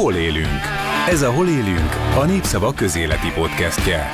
Hol élünk? Ez a Hol élünk, a Népszava közéleti podcastje.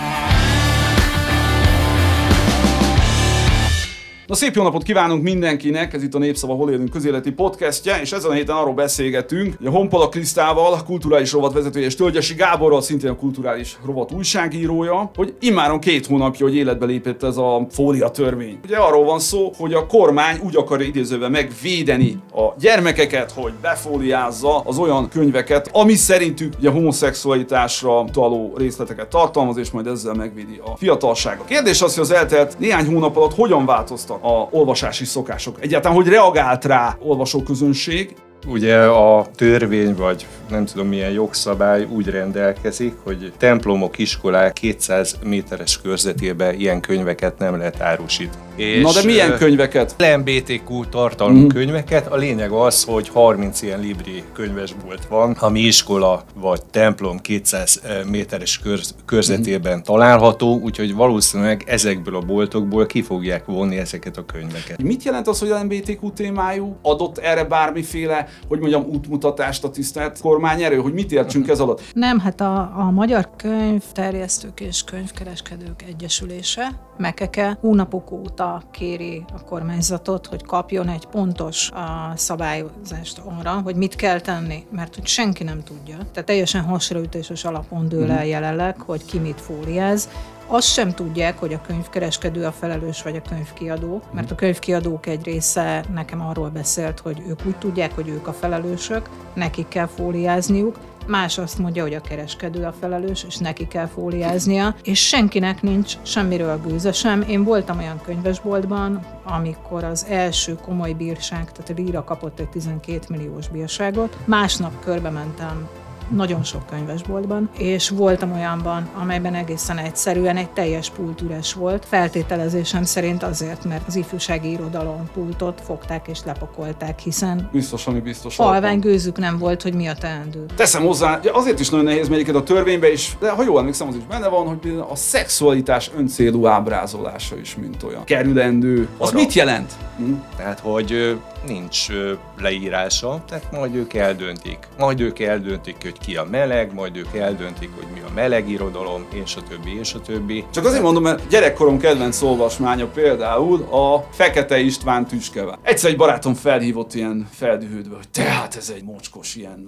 Na, szép jó napot kívánunk mindenkinek, ez itt a Népszava Hol élünk közéleti podcastje, és ezen a héten arról beszélgetünk, hogy a Honpola Krisztával, kulturális rovatvezetője, és Tölgyesi Gáborral, szintén a kulturális rovat újságírója, hogy immáron 2 hónapja, hogy életbe lépett ez a fólia törvény. Ugye arról van szó, hogy a kormány úgy akarja idézőben megvédeni a gyermekeket, hogy befóliázza az olyan könyveket, ami szerintük ugye homoszexualitásra utaló részleteket tartalmaz, és majd ezzel megvédi a fiatalságot. Kérdés az, hogy az eltelt néhány hónap alatt hogyan változtak a olvasási szokások. Egyáltalán, hogy reagált rá olvasóközönség. Ugye a törvény, vagy nem tudom milyen jogszabály úgy rendelkezik, hogy templomok, iskolák 200 méteres körzetében ilyen könyveket nem lehet árusítani. Na de milyen könyveket? LMBTQ tartalmú könyveket. A lényeg az, hogy 30 ilyen libri könyvesbolt van, ami iskola vagy templom 200 méteres körzetében található, úgyhogy valószínűleg ezekből a boltokból ki fogják vonni ezeket a könyveket. Mit jelent az, hogy LMBTQ témájú? Adott erre bármiféle, hogy mondjam, útmutatást a tisztelt kormányerő, hogy mit értsünk ez alatt? Nem, hát a Magyar Könyvterjesztők és Könyvkereskedők Egyesülése, MEKEKE hónapok óta kéri a kormányzatot, hogy kapjon egy pontos szabályozást arra, hogy mit kell tenni, mert hogy senki nem tudja. Tehát teljesen hasraütéses alapon dől el jelenleg, hogy ki mit fóliáz. Azt sem tudják, hogy a könyvkereskedő a felelős vagy a könyvkiadó, mert a könyvkiadók egy része nekem arról beszélt, hogy ők úgy tudják, hogy ők a felelősök, nekik kell fóliázniuk, más azt mondja, hogy a kereskedő a felelős, és neki kell fóliáznia, és senkinek nincs semmiről gőze sem. Én voltam olyan könyvesboltban, amikor az első komoly bírság, tehát a Líra kapott egy 12 milliós bírságot, másnap körbe mentem nagyon sok könyvesboltban, és voltam olyanban, amelyben egészen egyszerűen egy teljes pult üres volt. Feltételezésem szerint azért, mert az ifjúsági irodalom pultot fogták és lepakolták, hiszen biztos halvány gőzük nem volt, hogy mi a teendő. Teszem hozzá, azért is nagyon nehéz melyiket a törvénybe is, de ha jól emlékszem, az is benne van, hogy a szexualitás öncélú ábrázolása is mint olyan kerülendő. Az mit jelent? Tehát, hogy nincs leírása, tehát majd ők eldöntik. Majd ők eldöntik, hogy ki a meleg, majd ők eldöntik, hogy mi a meleg irodalom, és a többi, és a többi. Csak azért mondom, mert gyerekkorom kedvenc olvasmánya például a Fekete István Tüskevár. Egyszer egy barátom felhívott ilyen feldühödve, hogy tehát ez egy mocskos ilyen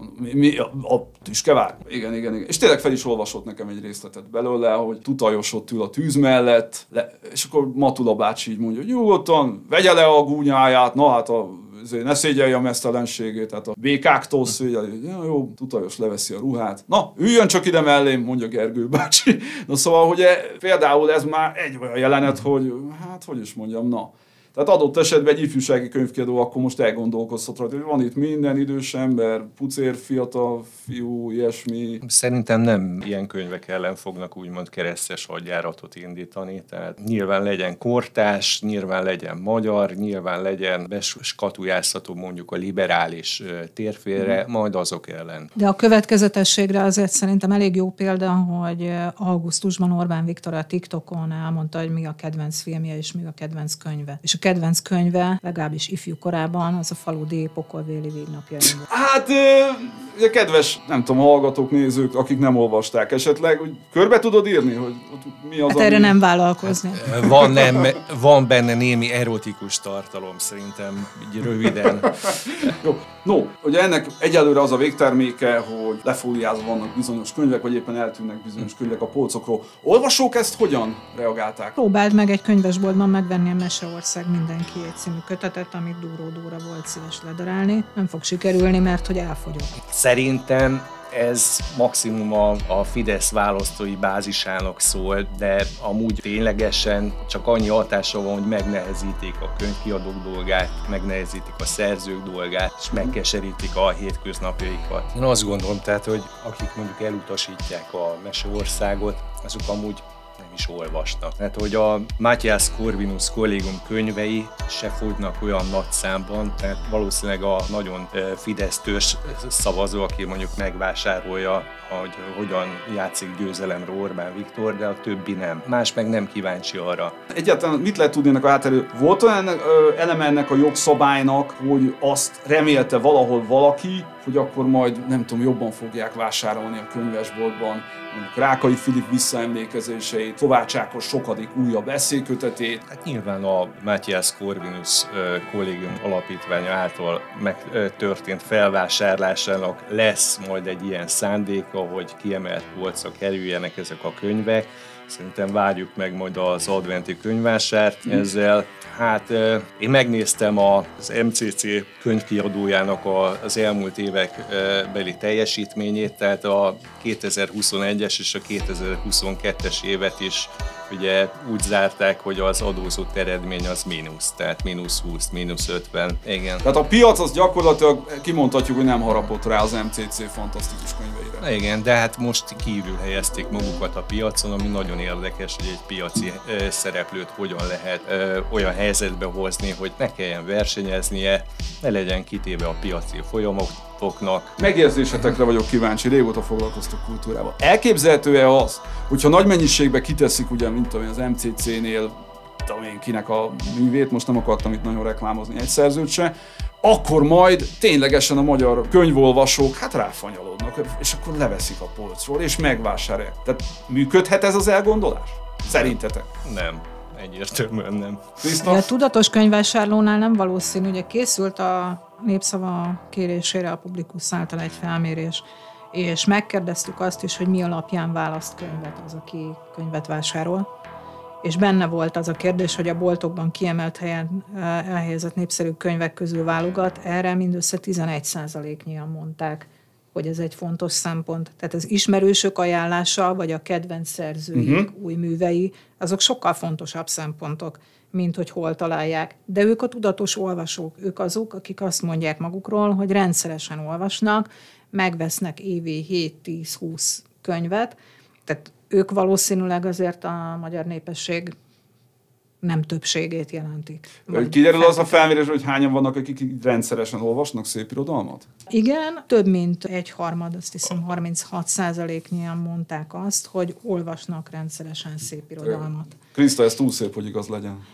mi a Tüskevár? Igen. És tényleg fel is olvasott nekem egy részletet belőle, hogy Tutajos ott ül a tűz mellett, és akkor Matula bácsi így mondja, hogy nyugodtan, vegye le a gúnyáját, na hát ne szégyelje a mesztelenségét, tehát a békáktól szégyelje, jó, Tutajos leveszi a ruhát. Na, üljön csak ide mellém, mondja Gergő bácsi. Na szóval, hogy például ez már egy olyan jelenet, hogy hát, hogy is mondjam, na. Tehát adott esetben egy ifjúsági könyvkiadó akkor most elgondolkozhat rajta, hogy van itt minden idős ember, pucér, fiatal fiú, ilyesmi. Szerintem nem ilyen könyvek ellen fognak úgymond keresztes hadjáratot indítani, tehát nyilván legyen kortárs, nyilván legyen magyar, nyilván legyen beskatujázható mondjuk a liberális térfélre, majd azok ellen. De a következetességre azért szerintem elég jó példa, hogy augusztusban Orbán Viktor a TikTokon elmondta, hogy mi a kedvenc filmje és mi a kedvenc könyve. És a kedvenc könyve, legalábbis ifjú korában, az a Faludi Pokolvéli végnapjain volt. Hát, kedves, nem tudom, hallgatók, nézők, akik nem olvasták esetleg, hogy körbe tudod írni, hogy mi az, hát erre nem vállalkozni. Van benne némi erotikus tartalom, szerintem, így röviden. Jó. No, ugye ennek egyelőre az a végterméke, hogy lefóliázva vannak bizonyos könyvek, vagy éppen eltűnnek bizonyos könyvek a polcokról. Olvasók ezt hogyan reagálták? Próbáld meg egy könyvesboltban megvenni a Meseország mindenki egy című kötetet, amit Dúró Dóra volt szíves ledarálni. Nem fog sikerülni, mert hogy elfogyott. Szerintem ez maximum a Fidesz választói bázisának szól, de amúgy ténylegesen csak annyi hatása van, hogy megnehezítik a könyvkiadók dolgát, megnehezítik a szerzők dolgát, és megkeserítik a hétköznapjaikat. Én azt gondolom tehát, hogy akik mondjuk elutasítják a Meseországot, azok amúgy is olvasnak. Tehát, hogy a Matthias Corvinus kollégum könyvei se fogynak olyan nagy számban, tehát valószínűleg a nagyon fidesztős szavazó, aki mondjuk megvásárolja, hogy hogyan játszik győzelemre Orbán Viktor, de a többi nem. Más meg nem kíváncsi arra. Egyáltalán mit lehet tudni ennek a hátterről? Volt olyan eleme ennek a jogszabálynak, hogy azt remélte valahol valaki, hogy akkor majd, nem tudom, jobban fogják vásárolni a könyvesboltban, mondjuk Rákai Filip visszaemlékezéseit, Kovács Ákos sokadik újabb eszékötetét. Hát nyilván a Matthias Corvinus kollégium alapítványa által megtörtént felvásárlásának lesz majd egy ilyen szándéka, hogy kiemelt polcra kerüljenek ezek a könyvek. Szerintem várjuk meg majd az adventi könyvvásárt ezzel. Hát én megnéztem az MCC könyvkiadójának az elmúlt évek beli teljesítményét, tehát a 2021-es és a 2022-es évet is ugye úgy zárták, hogy az adózott eredmény az mínusz, tehát -20, -50, igen. Tehát a piac az gyakorlatilag kimondhatjuk, hogy nem harapott rá az MCC fantasztikus könyveire. Igen, de hát most kívül helyezték magukat a piacon, ami nagyon érdekes, hogy egy piaci szereplőt hogyan lehet olyan helyzetbe hozni, hogy ne kelljen versenyeznie, ne legyen kitéve a piaci folyamatoknak. Megérzésetekre vagyok kíváncsi, régóta foglalkoztok kultúrával. Elképzelhető-e az, hogyha nagy mennyiségbe kiteszik, ugye, mint tudom én, az MCC-nél, tudom én kinek a művét, most nem akartam itt nagyon reklámozni egy szerzőt se, akkor majd ténylegesen a magyar könyvolvasók hát ráfanyalodnak, és akkor leveszik a polcról, és megvásárolják. Tehát működhet ez az elgondolás? Szerintetek? Nem. Egyértelműen nem. A tudatos könyvvásárlónál nem valószínű, ugye készült a Népszava kérésére a Publikus által egy felmérés, és megkérdeztük azt is, hogy mi alapján választ könyvet az, aki könyvet vásárol. És benne volt az a kérdés, hogy a boltokban kiemelt helyen elhelyezett népszerű könyvek közül válogat, erre mindössze 11%-nyian mondták, hogy ez egy fontos szempont. Tehát az ismerősök ajánlása, vagy a kedvenc szerzőik új művei, azok sokkal fontosabb szempontok, mint hogy hol találják. De ők a tudatos olvasók, ők azok, akik azt mondják magukról, hogy rendszeresen olvasnak, megvesznek évi 7-10-20 könyvet, tehát ők valószínűleg azért a magyar népesség nem többségét jelentik. Kiderül az a felmérés, hogy hányan vannak, akik rendszeresen olvasnak szép irodalmat? Igen, több mint 1/3, azt hiszem 36%-nyian mondták azt, hogy olvasnak rendszeresen szép irodalmat. Kriszta, ez túl szép, hogy igaz legyen.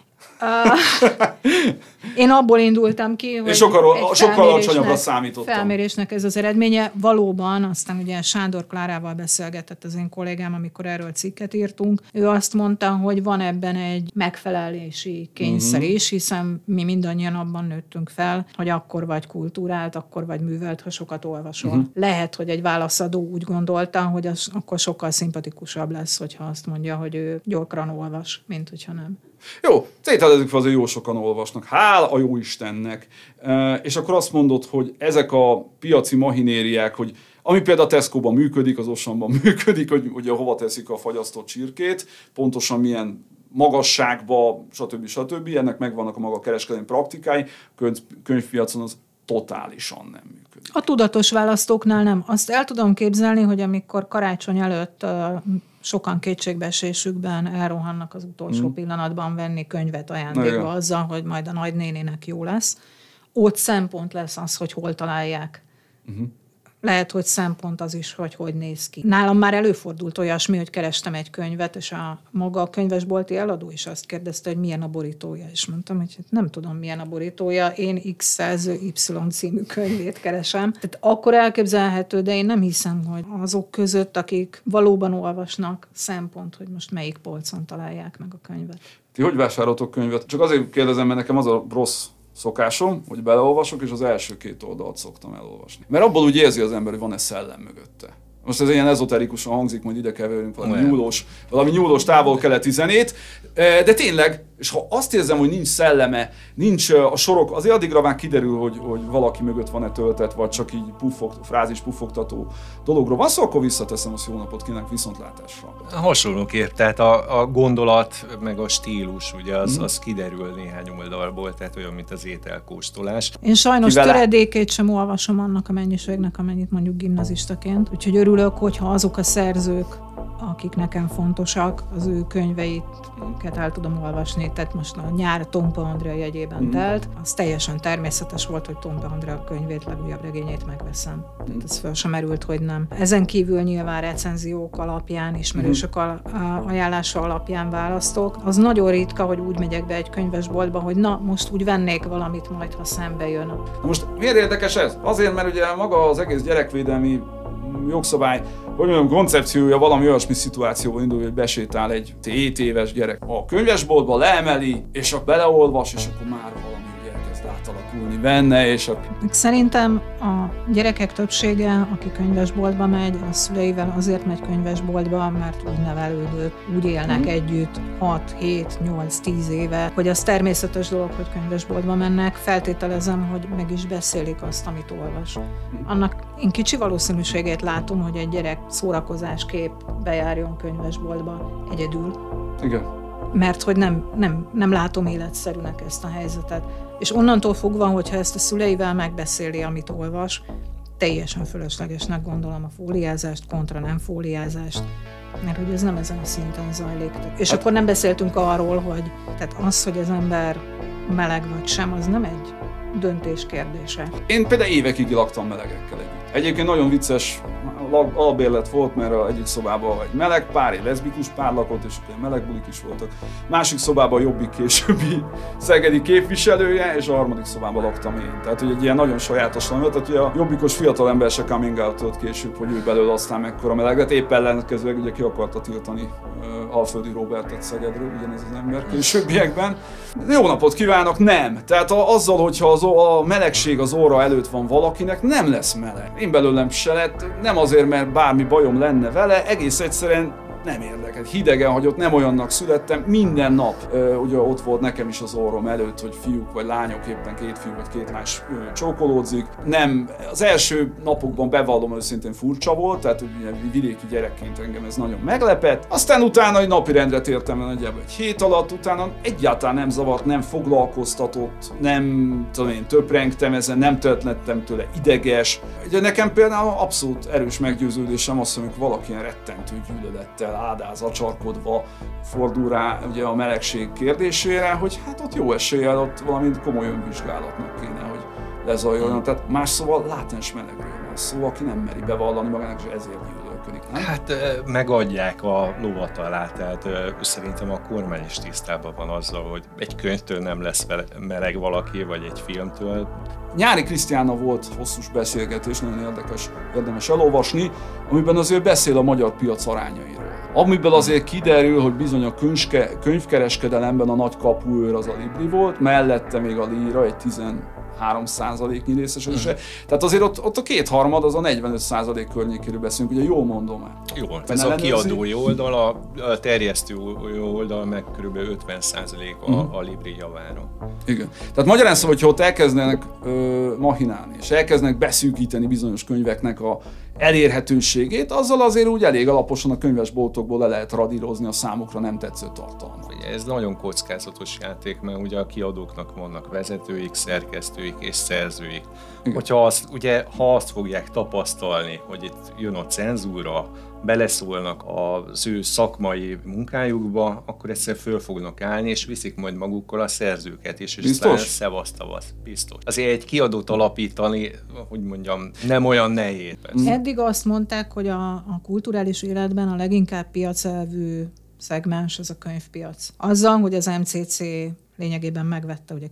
Én abból indultam ki, hogy sokkal alacsonyabbra számítottam. Felmérésnek ez az eredménye. Valóban, aztán ugye Sándor Klárával beszélgetett az én kollégám, amikor erről cikket írtunk. Ő azt mondta, hogy van ebben egy megfelelési kényszer is, hiszen mi mindannyian abban nőttünk fel, hogy akkor vagy kultúrált, akkor vagy művelt, ha sokat olvasol. Lehet, hogy egy válaszadó úgy gondolta, hogy az akkor sokkal szimpatikusabb lesz, hogyha azt mondja, hogy ő gyakran olvas, mint hogyha nem. Jó, tételezzük fel, azért jó sokan olvasnak. Hála a jó Istennek. És akkor azt mondod, hogy ezek a piaci mahinériák, hogy ami például a Tesco-ban működik, az Auchanban működik, hogy ugye hova teszik a fagyasztott csirkét, pontosan milyen magasságba, stb. Ennek megvannak a maga kereskedelmi praktikái, könyvpiacon az totálisan nem működik. A tudatos választóknál nem. Azt el tudom képzelni, hogy amikor karácsony előtt sokan kétségbeesésükben elrohannak az utolsó pillanatban venni könyvet ajándékba azzal, hogy majd a nagynénének jó lesz. Ott szempont lesz az, hogy hol találják. Lehet, hogy szempont az is, hogy néz ki. Nálam már előfordult olyasmi, hogy kerestem egy könyvet, és maga a könyvesbolti eladó is azt kérdezte, hogy milyen a borítója. És mondtam, hogy nem tudom, milyen a borítója, én X szerző Y című könyvét keresem. Tehát akkor elképzelhető, de én nem hiszem, hogy azok között, akik valóban olvasnak, szempont, hogy most melyik polcon találják meg a könyvet. Ti hogy vásároltok könyvet? Csak azért kérdezem, mert nekem az a rossz szokásom, hogy beleolvasok, és az első 2 oldalt szoktam elolvasni. Mert abból úgy érzi az ember, hogy van-e szellem mögötte. Most ez ilyen ezoterikusan hangzik, majd ide keverünk valami nyúlós távol-keleti zenét, de tényleg, és ha azt érzem, hogy nincs szelleme, nincs a sorok, azért addigra már kiderül, hogy valaki mögött van-e töltet, vagy csak így frázis puffogtató dologról van szó, akkor visszateszem, azt jó napot kívánok, viszontlátásra. Hasonlóképp, tehát a gondolat, meg a stílus, ugye az kiderül néhány oldalból, tehát olyan, mint az ételkóstolás. Én sajnos töredékét sem olvasom annak a mennyiségnek, amennyit mondjuk gimnazistaként, úgyhogy örülök, hogyha azok a szerzők, akik nekem fontosak, az ő könyveiket el tudom olvasni. Tehát most a nyár Tompa Andrea jegyében telt, az teljesen természetes volt, hogy Tompa Andrea könyvét, legújabb regényét megveszem. Tehát ez föl sem merült, hogy nem. Ezen kívül nyilván recenziók alapján, ismerősök ajánlása alapján választok. Az nagyon ritka, hogy úgy megyek be egy könyvesboltba, hogy na, most úgy vennék valamit, majd ha szembe jön. Most miért érdekes ez? Azért, mert ugye maga az egész gyerekvédelmi jogszabály, hogy mondjam, koncepciója valami olyasmi szituációban indul, hogy besétál egy 7 éves gyerek a könyvesboltba, leemeli, és akkor beleolvas, és akkor már valami ugye elkezd átalakulni benne, és Szerintem a gyerekek többsége, aki könyvesboltba megy, a szüleivel azért megy könyvesboltba, mert úgy nevelődött, úgy élnek együtt 6, 7, 8, 10 éve, hogy az természetes dolog, hogy könyvesboltba mennek, feltételezem, hogy meg is beszélik azt, amit olvas. Annak én kicsi valószínűségét látom, hogy egy gyerek szórakozásképp bejárjon könyvesboltba egyedül. igen. Mert hogy nem látom életszerűnek ezt a helyzetet. És onnantól fogva, hogyha ezt a szüleivel megbeszéli, amit olvas, teljesen fölöslegesnek gondolom a fóliázást kontra nem fóliázást, mert hogy ez nem ezen a szinten zajlik. És akkor nem beszéltünk arról, hogy tehát az, hogy az ember meleg vagy sem, az nem egy döntés kérdése. Én például évekig laktam melegekkel együtt. Egyébként nagyon vicces albérlet volt, mert egyik szobában egy meleg pár, egy leszbikus pár lakott, és akkor meleg bulik is voltak. Másik szobában a Jobbik későbbi szegedi képviselője, és a harmadik szobában laktam én. Tehát, hogy egy ilyen nagyon sajátos volt, tehát ugye a jobbikos fiatalember se coming out később, hogy ő belőle aztán mekkora meleget, épp ellenkezőleg ugye ki akarta tiltani Alföldi Róbertet Szegedről, ugyanez az ember későbbiekben. Jó napot kívánok, nem! Tehát azzal, hogyha a melegség az óra előtt van valakinek, nem lesz meleg. Én belőlem se lett, nem azért, mert bármi bajom lenne vele, egész egyszerűen nem érdekel. Hidegen hagyott, nem olyannak születtem, minden nap ugye ott volt nekem is az orrom előtt, hogy fiúk vagy lányok, éppen 2 fiú vagy 2 lány csókolódzik. Nem, az első napokban bevallom őszintén furcsa volt, tehát ugye vidéki gyerekként engem ez nagyon meglepett. Aztán utána egy napirendre tértem nagyjából egy hét alatt, utána egyáltalán nem zavart, nem foglalkoztatott, nem tudom én, töprengtem ezen, nem lettem tőle ideges. Ugye nekem például abszolút erős meggyőződésem az, hogy valaki ilyen rettentő gyűlölettel ádáz, acsarkodva fordul rá ugye a melegség kérdésére, hogy hát ott jó eséllyel ott valami komoly önvizsgálatnak kéne, hogy lezajoljon. Tehát más szóval látens melegről van szó, aki nem meri bevallani magának, és ezért gyűlölködik, nem? Hát megadják a lovat alá, tehát szerintem a kormány is tisztában van azzal, hogy egy könyvtől nem lesz meleg valaki, vagy egy filmtől. Nyári Krisztiánnal volt hosszús beszélgetés, nagyon érdekes, érdemes elolvasni, amiben azért beszél a magyar piac arányairól. Amiből azért kiderül, hogy bizony a könyvkereskedelemben a nagy kapuőr az a Libri volt, mellette még a Líra egy 13%-nyi részesedése. Tehát azért ott a kétharmad, az a 45% környékéről beszélünk, ugye jól mondom el. Jó, ez a kiadói oldal, a terjesztő oldal meg kb. 50% a Libri javára. Igen. Tehát magyarán szóval, hogyha ott elkezdenek machinálni, és elkezdenek beszűkíteni bizonyos könyveknek a elérhetőségét, azzal azért úgy elég alaposan a könyvesboltokból le lehet radírozni a számukra nem tetsző tartalmat. Ez nagyon kockázatos játék, mert ugye a kiadóknak vannak vezetőik, szerkesztőik és szerzőik. Hogyha azt fogják tapasztalni, hogy itt jön a cenzúra, beleszólnak az ő szakmai munkájukba, akkor egyszer föl fognak állni, és viszik majd magukkal a szerzőket is, és szevasztavasz, biztos. Azért egy kiadót alapítani, hogy mondjam, nem olyan nehéz. Persze. Eddig azt mondták, hogy a kulturális életben a leginkább piacelvű szegmens az a könyvpiac. Azzal, hogy az MCC lényegében megvette ugye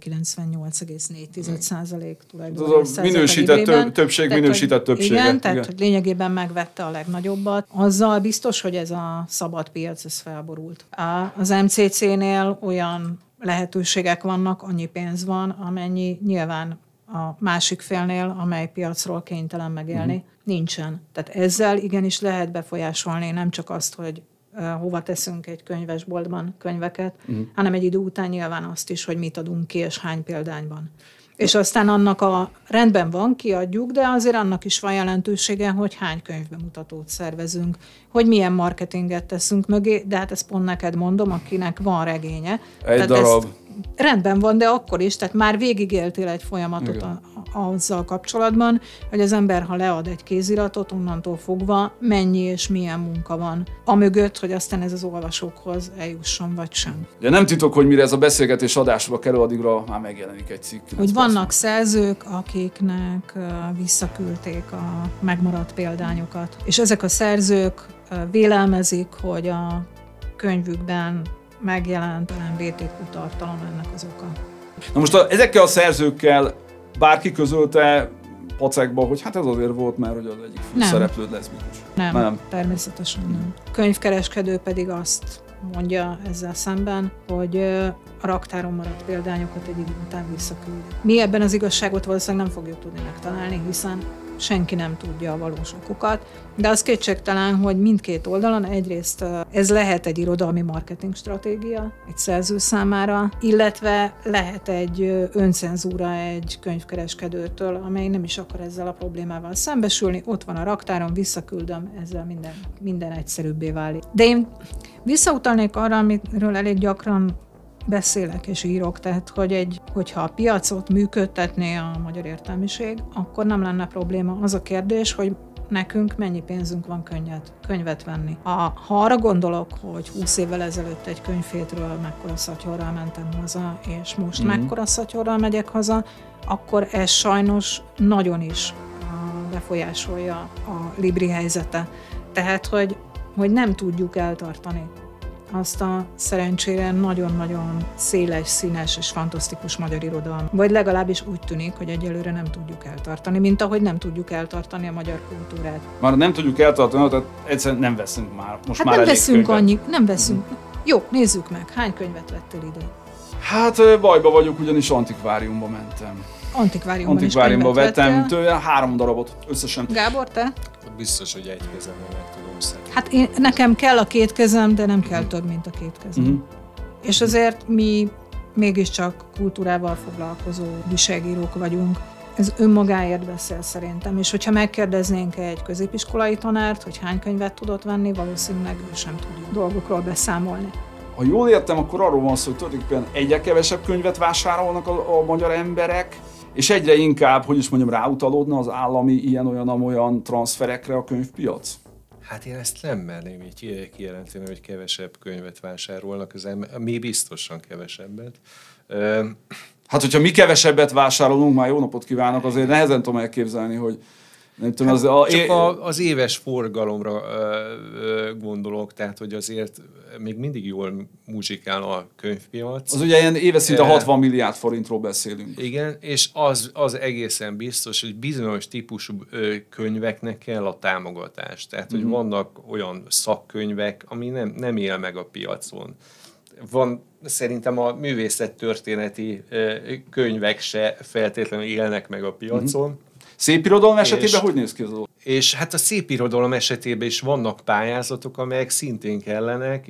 98,4% tulajdonban. Ez a minősített többség, minősített többsége. Igen, tehát hogy lényegében megvette a legnagyobbat. Azzal biztos, hogy ez a szabad piac, ez felborult. Az MCC-nél olyan lehetőségek vannak, annyi pénz van, amennyi nyilván a másik félnél, amely piacról kénytelen megélni, nincsen. Tehát ezzel igenis lehet befolyásolni nem csak azt, hogy hova teszünk egy könyvesboltban könyveket, hanem egy idő után nyilván azt is, hogy mit adunk ki, és hány példányban. És aztán annak rendben van, kiadjuk, de azért annak is van jelentősége, hogy hány könyvbemutatót szervezünk, hogy milyen marketinget teszünk mögé, de hát ezt pont neked mondom, akinek van regénye. Egy darab. rendben van, de akkor is, tehát már végigéltél egy folyamatot azzal kapcsolatban, hogy az ember, ha lead egy kéziratot, onnantól fogva mennyi és milyen munka van amögött, hogy aztán ez az olvasókhoz eljusson, vagy sem. Ja, nem titok, hogy mire ez a beszélgetés adásba kerül, addigra már megjelenik egy cikk. Hogy vannak szerzők, akiknek visszaküldték a megmaradt példányokat, és ezek a szerzők vélelmezik, hogy a könyvükben megjelent LMBTQ tartalom ennek az oka. Na most ezekkel a szerzőkkel bárki közölte pacekba, hogy hát ez azért volt, mert hogy az egyik főszereplő leszbikus. Nem, természetesen nem. A könyvkereskedő pedig azt mondja ezzel szemben, hogy a raktáron maradt példányokat egy idő után visszaküldi. Mi ebben az igazságot valószínűleg nem fogjuk tudni megtalálni, hiszen senki nem tudja a valós okokat, de az kétségtelen, hogy mindkét oldalon egyrészt ez lehet egy irodalmi marketing stratégia egy szerző számára, illetve lehet egy öncenzúra egy könyvkereskedőtől, amely nem is akar ezzel a problémával szembesülni, ott van a raktáron, visszaküldöm, ezzel minden egyszerűbbé válik. De én visszautalnék arra, amiről elég gyakran beszélek és írok, tehát hogyha a piacot működtetné a magyar értelmiség, akkor nem lenne probléma. Az a kérdés, hogy nekünk mennyi pénzünk van könyvet venni. Ha arra gondolok, hogy 20 évvel ezelőtt egy könyvhétről mekkora szatyorral mentem haza, és most mekkora szatyorral megyek haza, akkor ez sajnos nagyon is befolyásolja a libri helyzete. Tehát, hogy nem tudjuk eltartani azt a szerencsére nagyon-nagyon széles, színes és fantasztikus magyar irodalom. Vagy legalábbis úgy tűnik, hogy egyelőre nem tudjuk eltartani, mint ahogy nem tudjuk eltartani a magyar kultúrát. Már nem tudjuk eltartani, tehát egyszerűen nem veszünk már. Most hát már nem veszünk könyvet. nem veszünk. Jó, nézzük meg, hány könyvet vettél idén? Hát bajba vagyok, ugyanis antikváriumba mentem. Antikváriumban vettem tőle 3 darabot összesen. Gábor, te? Biztos, hogy egy kezemben meg tudom szedni. Hát nekem kell a 2 kezem, de nem kell több, mint a 2 kezem. És azért mi mégiscsak kultúrával foglalkozó újságírók vagyunk. Ez önmagáért beszél szerintem, és hogyha megkérdeznénk egy középiskolai tanárt, hogy hány könyvet tudott venni, valószínűleg ő sem tud dolgokról beszámolni. Ha jól értem, akkor arról van szó, hogy tulajdonképpen egyre kevesebb könyvet vásárolnak a magyar emberek, és egyre inkább, hogy is mondjam, ráutalódna az állami ilyen-olyan transferekre a könyvpiac? Hát én ezt nem merném így kijelenteni, hogy kevesebb könyvet vásárolnak az ember, mi biztosan kevesebbet. Hát, hogyha mi kevesebbet vásárolunk, már jó napot kívánok, azért nehezen tudom elképzelni, hogy nem tudom, az éves forgalomra gondolok, tehát, hogy azért még mindig jól muzsikál a könyvpiac. Az ugye ilyen éves szinte 60 milliárd forintról beszélünk. Igen, és az egészen biztos, hogy bizonyos típusú könyveknek kell a támogatás. Tehát, hogy vannak olyan szakkönyvek, ami nem él meg a piacon. Van, szerintem a művészettörténeti könyvek se feltétlenül élnek meg a piacon. Szépirodalom esetében hogy néz ki az dolog? És hát a szépirodalom esetében is vannak pályázatok, amelyek szintén kellenek,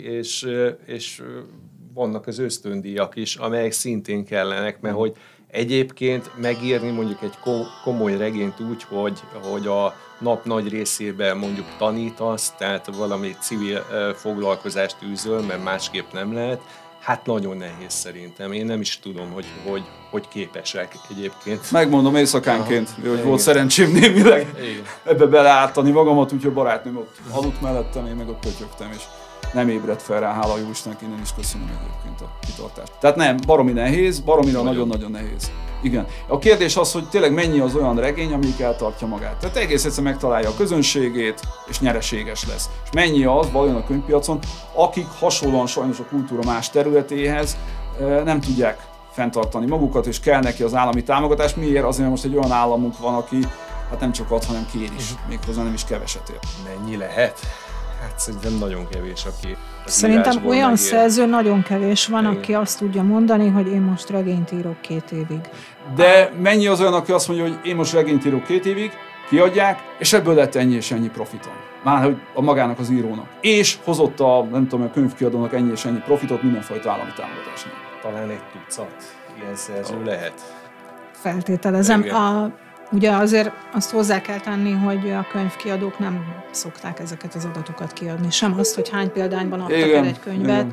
és vannak az ösztöndíjak is, amelyek szintén kellenek, mert hogy egyébként megírni mondjuk egy komoly regényt úgy, hogy a nap nagy részében mondjuk tanítasz, tehát valami civil foglalkozást űzöl, mert másképp nem lehet, hát nagyon nehéz szerintem. Én nem is tudom, hogy képesek egyébként. Megmondom éjszakánként, hogy volt szerencsém némileg ebbe beleártani magamat, úgyhogy barátnőm ott aludt mellettem, én meg ott pötyögtem, és nem ébredt fel rá, hála jó Istennek, innen is köszönöm egyébként a kitartást. Tehát nem, baromi nehéz, baromira nagyon-nagyon nehéz. Igen. A kérdés az, hogy tényleg mennyi az olyan regény, amelyik eltartja magát. Tehát egész egyszerűen megtalálja a közönségét, és nyereséges lesz. És mennyi az vajon a könyvpiacon, akik hasonlóan sajnos a kultúra más területéhez nem tudják fenntartani magukat, és kell neki az állami támogatás. Miért? Azért, mert most egy olyan államunk van, aki hát nem csak ad, hanem kér is. Méghozzá nem is keveset ér. Mennyi lehet? Hát szerintem nagyon kevés, aki... Szerintem olyan szerző nagyon kevés van, aki azt tudja mondani, hogy én most regényt írok 2 évig. De mennyi az olyan, aki azt mondja, hogy én most regényt írok 2 évig, kiadják, és ebből lett ennyi és ennyi profiton. Már hogy a magának az írónak. És hozott a könyvkiadónak ennyi és ennyi profitot mindenfajta állami támogatásnak. Talán egy tucat ilyen szerző lehet. Feltételezem. Ugye azért azt hozzá kell tenni, hogy a könyvkiadók nem szokták ezeket az adatokat kiadni. Sem azt, hogy hány példányban adtak el egy könyvet,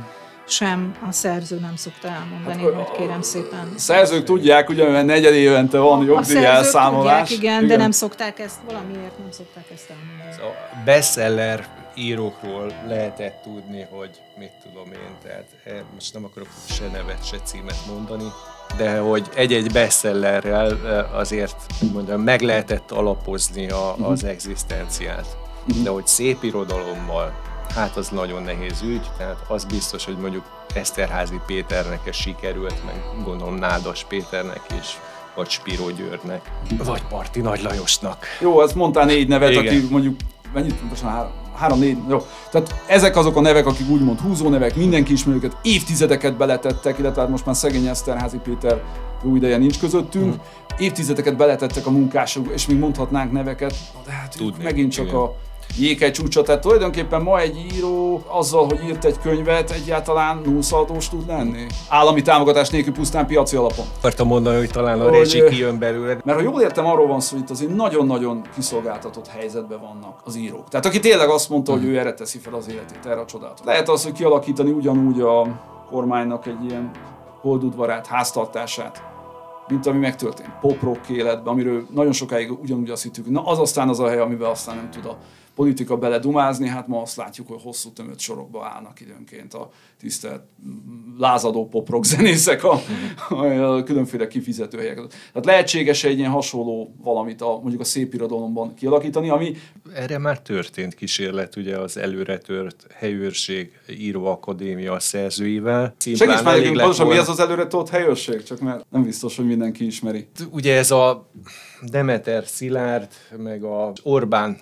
sem a szerző nem szokta elmondani, hogy kérem szépen. A szerzők tudják, ugyanilyen negyed évente van jogdíj elszámolás. Igen, de nem szokták ezt, valamiért nem szokták ezt elmondani. A bestseller írókról lehetett tudni, hogy mit tudom én, tehát most nem akarok se nevet, se címet mondani, de hogy egy-egy bestsellerrel azért mondjam, meg lehetett alapozni az egzisztenciát. De hogy szép irodalommal, hát az nagyon nehéz ügy, tehát az biztos, hogy mondjuk Eszterházy Péternek ez sikerült, meg gondolom Nádas Péternek is, vagy Spiró Györgynek, vagy Parti Nagy Lajosnak. Jó, ezt mondtál 4 nevet, Igen. aki mondjuk, mennyit pontosan 3-4, jó. Tehát ezek azok a nevek, akik úgymond húzó nevek, mindenki ismeri őket, évtizedeket beletettek, illetve hát most már szegény Eszterházy Péter jó ideje nincs közöttünk, évtizedeket beletettek a munkások, és még mondhatnánk neveket, de hát megint csak igen. A jéghely csúcsa, tehát tulajdonképpen ma egy író azzal, hogy írt egy könyvet, egyáltalán nullszaldós tud lenni. Állami támogatás nélkül pusztán piaci alapon. Akartam mondani, hogy talán a rezsi kijön belőle. Mert ha jól értem, arról van szó, hogy itt azért nagyon-nagyon kiszolgáltatott helyzetben vannak az írók. Tehát aki tényleg azt mondta, hogy ő erre teszi fel az életét, erre a csodát. Lehet az, hogy kialakítani ugyanúgy a kormánynak egy ilyen holdudvarát, háztartását, mint ami megtörtént pop-rock életben, amiről nagyon sokáig ugyanúgy azt hittük, na az aztán az a hely, amiben aztán nem tud a politika beledumázni, hát ma azt látjuk, hogy hosszú tömött sorokba állnak időnként a tisztelt lázadó pop-rock zenészek a különféle kifizetőhelyek. Tehát lehetséges egy ilyen hasonló valamit mondjuk a szép irodalomban kialakítani, ami... Erre már történt kísérlet, ugye az előretört helyőrség íróakadémia szerzőivel. Segíts már nekünk pontosan, mi ez az előretört helyőrség? Csak mert nem biztos, hogy mindenki ismeri. Ugye ez a Demeter Szilárd, meg a Orbán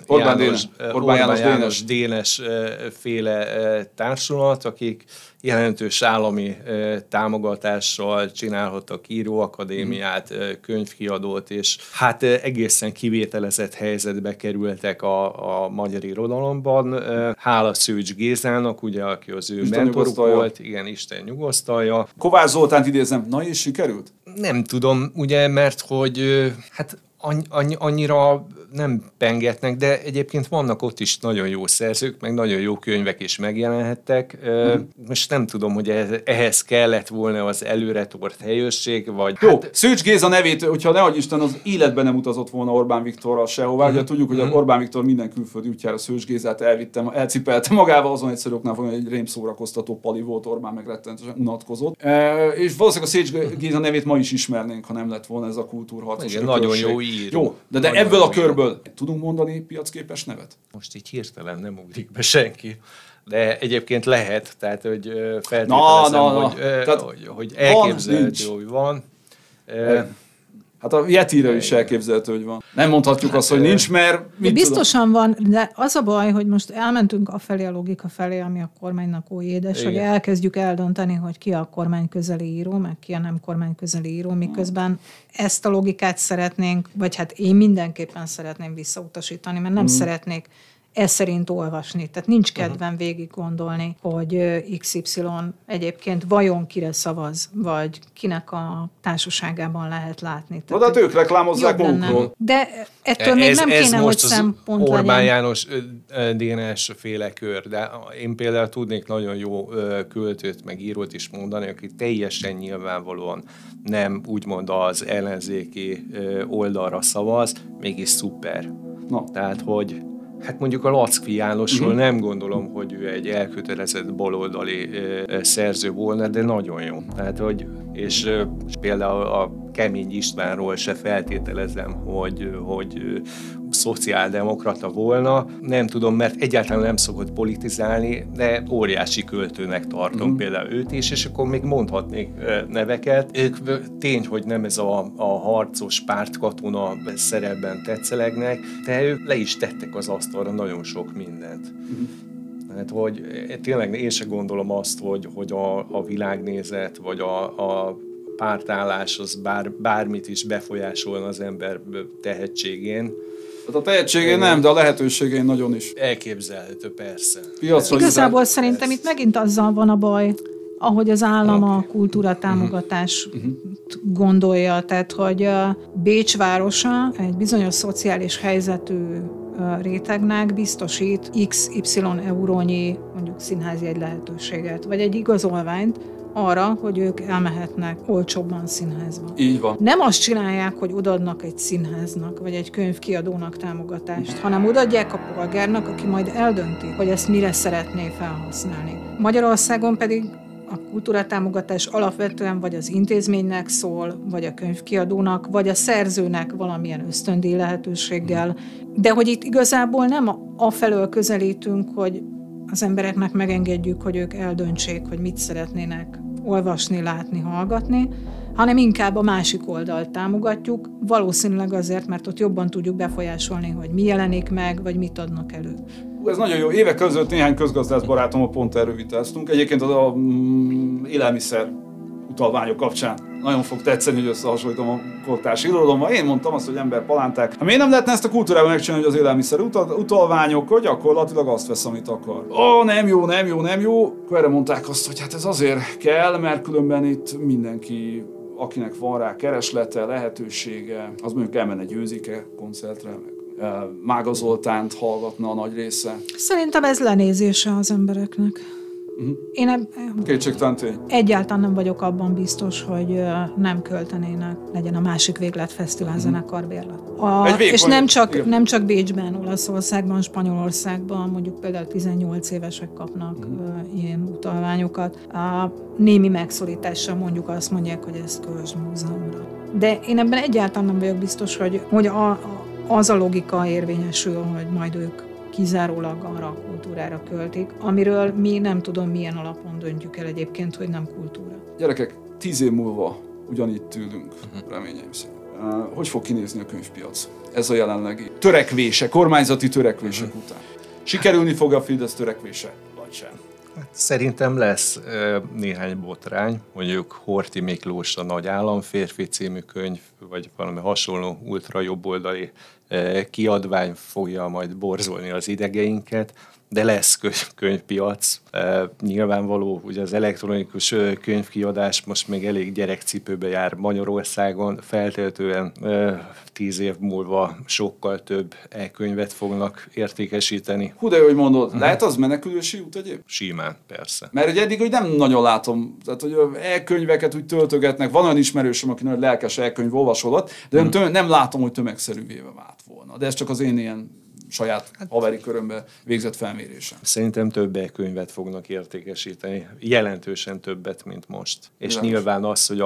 János Dénes féle társulat, akik jelentős állami támogatással csinálhattak íróakadémiát, könyvkiadót, és hát egészen kivételezett helyzetbe kerültek a magyar irodalomban. Hála Szőcs Gézának, ugye, aki az ő mentoruk volt, igen, Isten nyugosztalja. Kovács Zoltánt idézem, na és sikerült? Nem tudom, ugye, mert hogy hát annyira nem pengetnek, de egyébként vannak ott is nagyon jó szerzők, meg nagyon jó könyvek is megjelenhettek. Most nem tudom, hogy ehhez kellett volna az előretort helyőrség, vagy... Jó, hát... Szőcs Géza nevét, hogyha nehogy Isten, az életben nem utazott volna Orbán Viktorral sehová. Ugye tudjuk, hogy Orbán Viktor minden külföldi útjára Szőcs Gézát elcipelte magával, azon egyszerű oknál fogja, egy rémszórakoztató pali volt, Orbán meg rettenetesen unatkozott. És valószínűleg a Szőcs Géza nevét ma is ismernénk, ha nem lett volna ez a kultúrharcos. Igen, nagyon jó író. Jó, de ebből a körből tudunk mondani piacképes nevet? Most így hirtelen nem ugrik be senki. De egyébként lehet, tehát hogy feltételezem, hogy elképzelhető, hogy van. Hát a Yetire is elképzelhető, hogy van. Nem mondhatjuk azt, hogy nincs, mert... Biztosan van, de az a baj, hogy most elmentünk afelé a logika felé, ami a kormánynak ó édes, hogy elkezdjük eldönteni, hogy ki a kormány közeli író, meg ki a nem kormány közeli író, miközben ezt a logikát szeretnénk, vagy hát én mindenképpen szeretném visszautasítani, mert nem szeretnék ez szerint olvasni. Tehát nincs kedvem végig gondolni, hogy XY egyébként vajon kire szavaz, vagy kinek a társaságában lehet látni. Na, de hát ők reklámozzák magukról. De ettől még nem kéne, hogy szempont legyen. Orbán János Dénes féle kör, de én például tudnék nagyon jó költőt, meg írót is mondani, aki teljesen nyilvánvalóan nem úgymond az ellenzéki oldalra szavaz, mégis szuper. No. Tehát, hogy hát mondjuk a Lackfi Jánosról nem gondolom, hogy ő egy elkötelezett baloldali szerző volna, de nagyon jó. Tehát, hogy, és például a Kemény Istvánról se feltételezem, hogy szociáldemokrata volna. Nem tudom, mert egyáltalán nem szokott politizálni, de óriási költőnek tartom például őt is, és akkor még mondhatnék neveket. Ők tény, hogy nem ez a harcos pártkatona szerepben tetszelegnek, de ők le is tettek az asztalra nagyon sok mindent. Hát, hogy tényleg én sem gondolom azt, hogy a világnézet, vagy a pártállás az bármit is befolyásolna az ember tehetségén. Hát a tehetségén nem, de a lehetőségén nagyon is. Elképzelhető, persze. Igazából szerintem itt megint azzal van a baj, ahogy az állam a kultúra támogatás gondolja. Tehát, hogy Bécs városa egy bizonyos szociális helyzetű rétegnek biztosít XY eurónyi mondjuk színházjegy lehetőséget, vagy egy igazolványt arra, hogy ők elmehetnek olcsóbban színházba. Így van. Nem azt csinálják, hogy odaadnak egy színháznak, vagy egy könyvkiadónak támogatást, hanem odaadják a polgárnak, aki majd eldönti, hogy ezt mire szeretné felhasználni. Magyarországon pedig a kultúratámogatás alapvetően vagy az intézménynek szól, vagy a könyvkiadónak, vagy a szerzőnek valamilyen ösztöndíj lehetőséggel. De hogy itt igazából nem afelől közelítünk, hogy az embereknek megengedjük, hogy ők eldöntsék, hogy mit szeretnének olvasni, látni, hallgatni, hanem inkább a másik oldalt támogatjuk, valószínűleg azért, mert ott jobban tudjuk befolyásolni, hogy mi jelenik meg, vagy mit adnak elő. Ez nagyon jó. Évek között néhány közgazdász barátommal pont erről vitáztunk. Egyébként az élelmiszer utalványok kapcsán nagyon fog tetszeni, hogy összehasonlítom a kortárs irodalommal. Én mondtam azt, hogy emberpalánták. Hát miért nem lehetne ezt a kultúrában megcsinálni, hogy az élelmiszer utalványok, hogy gyakorlatilag azt vesz, amit akar. Nem jó. Akkor erre mondták azt, hogy hát ez azért kell, mert különben itt mindenki, akinek van rá kereslete, lehetősége, az mondjuk elmenne Győzike koncertre, Mága Zoltánt hallgatna a nagy része. Szerintem ez lenézése az embereknek. Én Kétségtelen tény. egyáltalán nem vagyok abban biztos, hogy nem költenének, legyen a másik véglet fesztivál zenekar bérlet. És nem csak Bécsben, Olaszországban, Spanyolországban, mondjuk például 18 évesek kapnak ilyen utalványokat. A némi megszorítással mondjuk azt mondják, hogy ezt költsd múzeumra. De én ebben egyáltalán nem vagyok biztos, hogy az a logika érvényesül, hogy majd ők kizárólag arra a kultúrára költik, amiről mi nem tudom milyen alapon döntjük el egyébként, hogy nem kultúra. Gyerekek, 10 év múlva ugyanitt ülünk, reményeim szerint. Hogy fog kinézni a könyvpiac? Ez a jelenlegi törekvése, kormányzati törekvések után. Sikerülni fog a Fidesz törekvése, vagy sem? Hát szerintem lesz néhány botrány, mondjuk Horthy Miklós a Nagy államférfi című könyv, vagy valami hasonló ultrajobboldali kiadvány fogja majd borzolni az idegeinket, de lesz könyvpiac. Nyilvánvaló, hogy az elektronikus könyvkiadás most még elég gyerekcipőbe jár Magyarországon, feltétlenül 10 év múlva sokkal több e-könyvet fognak értékesíteni. Hú, de hogy mondod, lehet az menekülési út egyéb? Simán, persze. Mert ugye eddig hogy nem nagyon látom, tehát hogy e-könyveket úgy töltögetnek, van olyan ismerősöm, aki nagy lelkes e-könyv olvasolat, de nem látom, hogy tömegszerűvé vált volna. De ez csak az én ilyen saját haveri körömbe végzett felmérésem. Szerintem több e-könyvet fognak értékesíteni, jelentősen többet, mint most. És nyilván az, hogy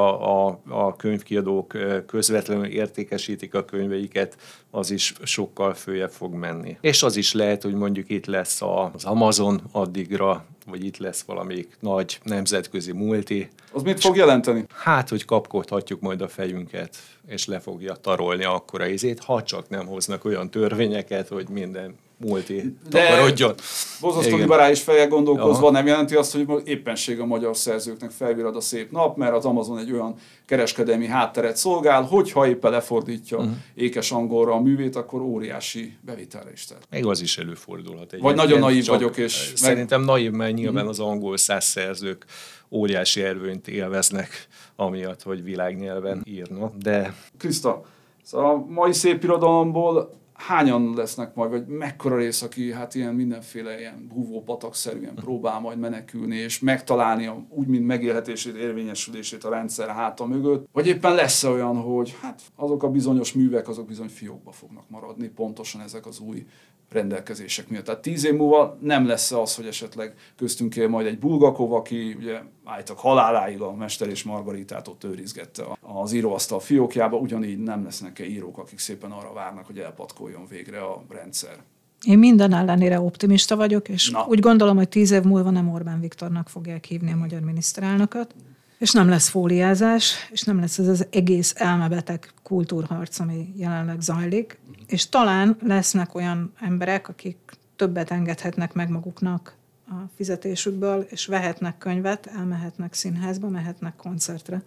a könyvkiadók közvetlenül értékesítik a könyveiket, az is sokkal följebb fog menni. És az is lehet, hogy mondjuk itt lesz az Amazon addigra, vagy itt lesz valamelyik nagy nemzetközi multi. Az mit fog jelenteni? Hát, hogy kapkodhatjuk majd a fejünket, és le fogja tarolni akkora izét, ha csak nem hoznak olyan törvényeket, hogy minden multi takarodjon. Borzasztó liberális fejjel gondolkozva nem jelenti azt, hogy éppenség a magyar szerzőknek felvirad a szép nap, mert az Amazon egy olyan kereskedelmi hátteret szolgál, hogyha éppen lefordítja ékes angolra a művét, akkor óriási bevételre is tart. Még az is előfordulhat. Vagy nagyon naív vagyok. És szerintem naív, mert nyilván az angol száz szerzők óriási erőnyt élveznek, amiatt, hogy világnyelven írnak, de... Kriszta, szóval a mai szép irodalomból hányan lesznek majd, vagy mekkora rész, aki hát ilyen mindenféle ilyen búvópatakszerűen próbál majd menekülni, és megtalálni úgy, mint megélhetését, érvényesülését a rendszer háta mögött, vagy éppen lesz olyan, hogy hát azok a bizonyos művek, azok bizony fiókba fognak maradni, pontosan ezek az új rendelkezések miatt. Tehát 10 év múlva nem lesz az, hogy esetleg köztünk él majd egy Bulgakov, aki ugye állítólag haláláig a Mester és Margaritát ott őrizgette az íróasztal fiókjába, ugyanígy nem lesznek írók, akik szépen arra várnak, hogy elpatkoljon végre a rendszer. Én minden ellenére optimista vagyok, és úgy gondolom, hogy 10 év múlva nem Orbán Viktornak fogják hívni a magyar miniszterelnököt, és nem lesz fóliázás, és nem lesz ez az egész elmebeteg kultúrharc, ami jelenleg zajlik, és talán lesznek olyan emberek, akik többet engedhetnek meg maguknak a fizetésükből, és vehetnek könyvet, elmehetnek színházba, mehetnek koncertre,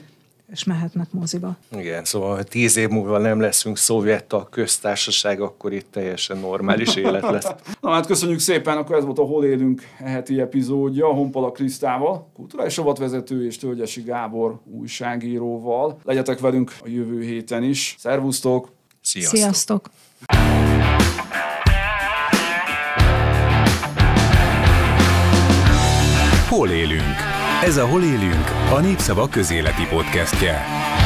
és mehetnek moziba. Igen, szóval ha 10 év múlva nem leszünk szovjet köztársaság, akkor itt teljesen normális élet lesz. Na hát köszönjük szépen, akkor ez volt a Hol élünk heti epizódja, Honpola Krisztával, kulturális rovatvezető és Tölgyesi Gábor újságíróval. Legyetek velünk a jövő héten is. Szervusztok! Sziasztok! Sziasztok. Hol élünk? Ez a Hol élünk, a Népszava közéleti podcastje.